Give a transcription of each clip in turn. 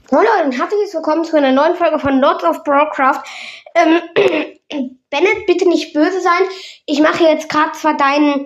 Hallo und herzlich willkommen zu einer neuen Folge von Lords of Broadcraft. Bennett, bitte nicht böse sein. Ich mache jetzt gerade zwar dein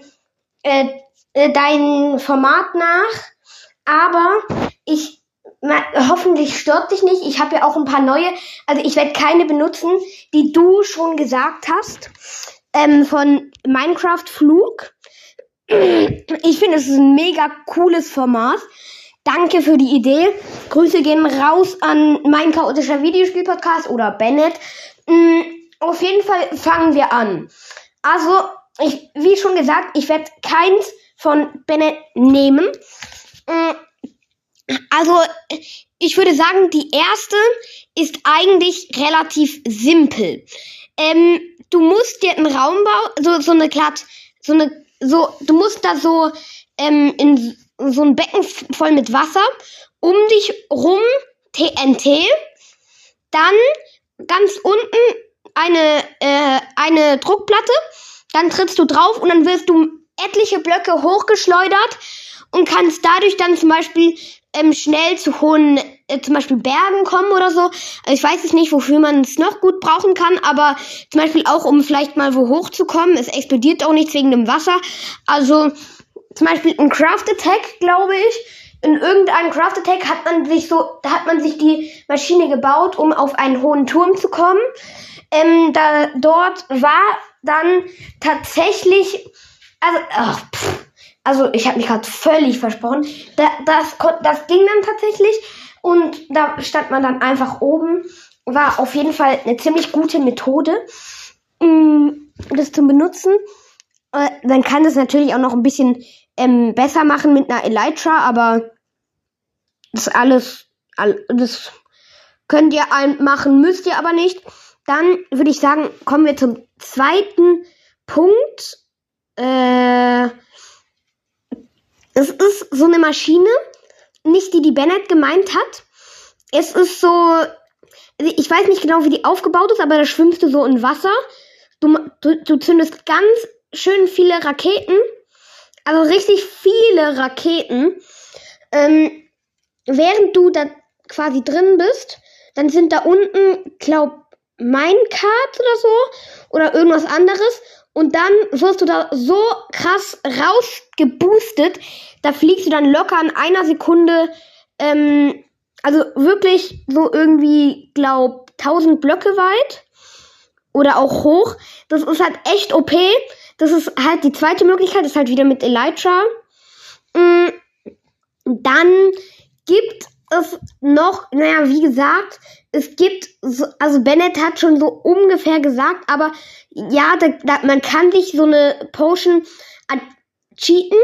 Format nach, aber hoffentlich stört dich nicht. Ich habe ja auch ein paar neue, also ich werde keine benutzen, die du schon gesagt hast, von Minecraft Flug. Ich finde, es ist ein mega cooles Format. Danke für die Idee. Grüße gehen raus an mein chaotischer Videospiel-Podcast oder Bennett. Auf jeden Fall fangen wir an. Also, wie schon gesagt, ich werde keins von Bennett nehmen. Also, ich würde sagen, die erste ist eigentlich relativ simpel. Du musst dir einen Raum bauen, du musst da so in so ein Becken voll mit Wasser, um dich rum TNT, dann ganz unten eine Druckplatte, dann trittst du drauf und dann wirst du etliche Blöcke hochgeschleudert und kannst dadurch dann zum Beispiel schnell zu hohen zum Beispiel Bergen kommen oder so. Also ich weiß jetzt nicht, wofür man es noch gut brauchen kann, aber zum Beispiel auch, um vielleicht mal wo hochzukommen. Es explodiert auch nichts wegen dem Wasser. Also zum Beispiel ein Craft Attack, glaube ich. In irgendeinem Craft Attack hat man sich die Maschine gebaut, um auf einen hohen Turm zu kommen. Dort war dann tatsächlich, also ich habe mich gerade völlig versprochen. Das ging dann tatsächlich und da stand man dann einfach oben. War auf jeden Fall eine ziemlich gute Methode, das zu benutzen. Man kann das natürlich auch noch ein bisschen besser machen mit einer Elytra, aber das könnt ihr machen, müsst ihr aber nicht. Dann würde ich sagen, kommen wir zum zweiten Punkt. Es ist so eine Maschine, nicht die Bennett gemeint hat. Es ist so, ich weiß nicht genau, wie die aufgebaut ist, aber da schwimmst du so in Wasser. Du zündest ganz schön viele Raketen, also richtig viele Raketen. Während du da quasi drin bist, dann sind da unten, Minecart oder so oder irgendwas anderes. Und dann wirst du da so krass rausgeboostet, da fliegst du dann locker in einer Sekunde, also wirklich so irgendwie, 1000 Blöcke weit oder auch hoch. Das ist halt echt OP. Das ist halt die zweite Möglichkeit, das ist halt wieder mit Elytra. Dann gibt es noch, wie gesagt, es gibt, also Bennett hat schon so ungefähr gesagt, aber ja, man kann sich so eine Potion cheaten.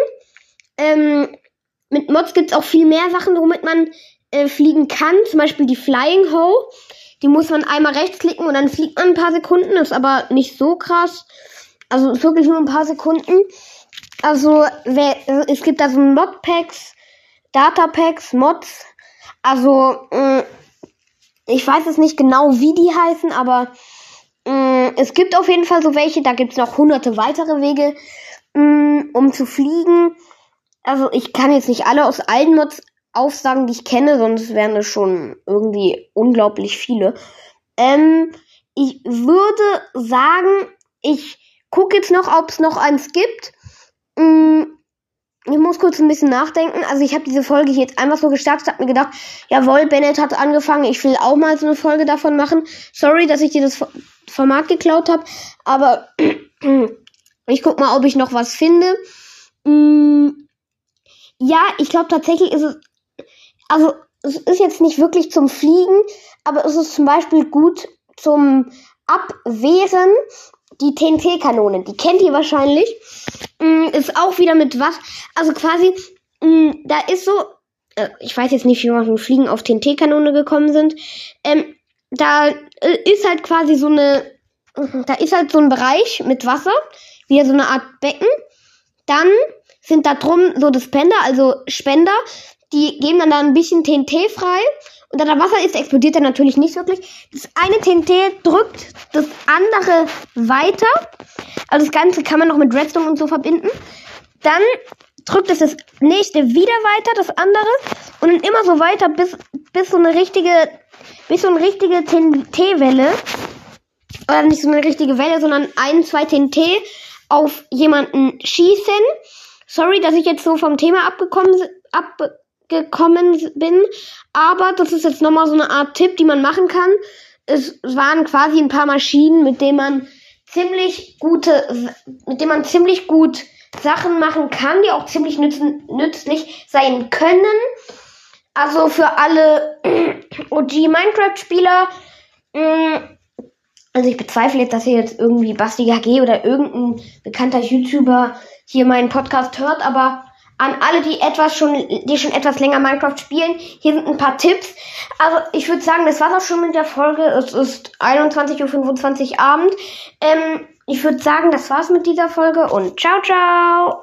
Mit Mods gibt's auch viel mehr Sachen, womit man fliegen kann. Zum Beispiel die Flying Hoe. Die muss man einmal rechtsklicken und dann fliegt man ein paar Sekunden. Das ist aber nicht so krass. Also ist wirklich nur ein paar Sekunden. Also es gibt da so Modpacks, Datapacks, Mods. Also ich weiß jetzt nicht genau, wie die heißen, aber es gibt auf jeden Fall so welche. Da gibt's noch hunderte weitere Wege, um zu fliegen. Also ich kann jetzt nicht alle aus allen Mods aufsagen, die ich kenne, sonst wären es schon irgendwie unglaublich viele. Ich würde sagen, ich gucke jetzt noch, ob es noch eins gibt. Ich muss kurz ein bisschen nachdenken. Also ich habe diese Folge hier jetzt einfach so gestartet, habe mir gedacht, jawohl, Bennett hat angefangen, ich will auch mal so eine Folge davon machen. Sorry, dass ich dir das Format geklaut habe, aber ich guck mal, ob ich noch was finde. Ja, ich glaube tatsächlich ist es ist jetzt nicht wirklich zum Fliegen, aber es ist zum Beispiel gut zum Abwehren. Die TNT-Kanone, die kennt ihr wahrscheinlich, ist auch wieder mit was, also quasi, da ist so, ich weiß jetzt nicht, wie wir mit Fliegen auf TNT-Kanone gekommen sind, da ist halt quasi so ein Bereich mit Wasser, wie so eine Art Becken, dann sind da drum so Dispenser, also Spender, die geben dann da ein bisschen TNT frei. Und da das Wasser ist, explodiert er natürlich nicht wirklich. Das eine TNT drückt das andere weiter. Also das Ganze kann man noch mit Redstone und so verbinden. Dann drückt es das nächste wieder weiter, das andere. Und dann immer so weiter, bis so eine richtige TNT-Welle, oder nicht so eine richtige Welle, sondern 1, 2 TNT auf jemanden schießen. Sorry, dass ich jetzt so vom Thema abgekommen bin, aber das ist jetzt nochmal so eine Art Tipp, die man machen kann. Es waren quasi ein paar Maschinen, mit denen man ziemlich gut Sachen machen kann, die auch ziemlich nützlich sein können. Also für alle OG Minecraft-Spieler, also ich bezweifle jetzt, dass hier jetzt irgendwie Basti HG oder irgendein bekannter YouTuber hier meinen Podcast hört, aber an alle, die schon etwas länger Minecraft spielen, hier sind ein paar Tipps. Also ich würde sagen, das war's auch schon mit der Folge. Es ist 21:25 Uhr Abend. Ich würde sagen, das war's mit dieser Folge und ciao, ciao!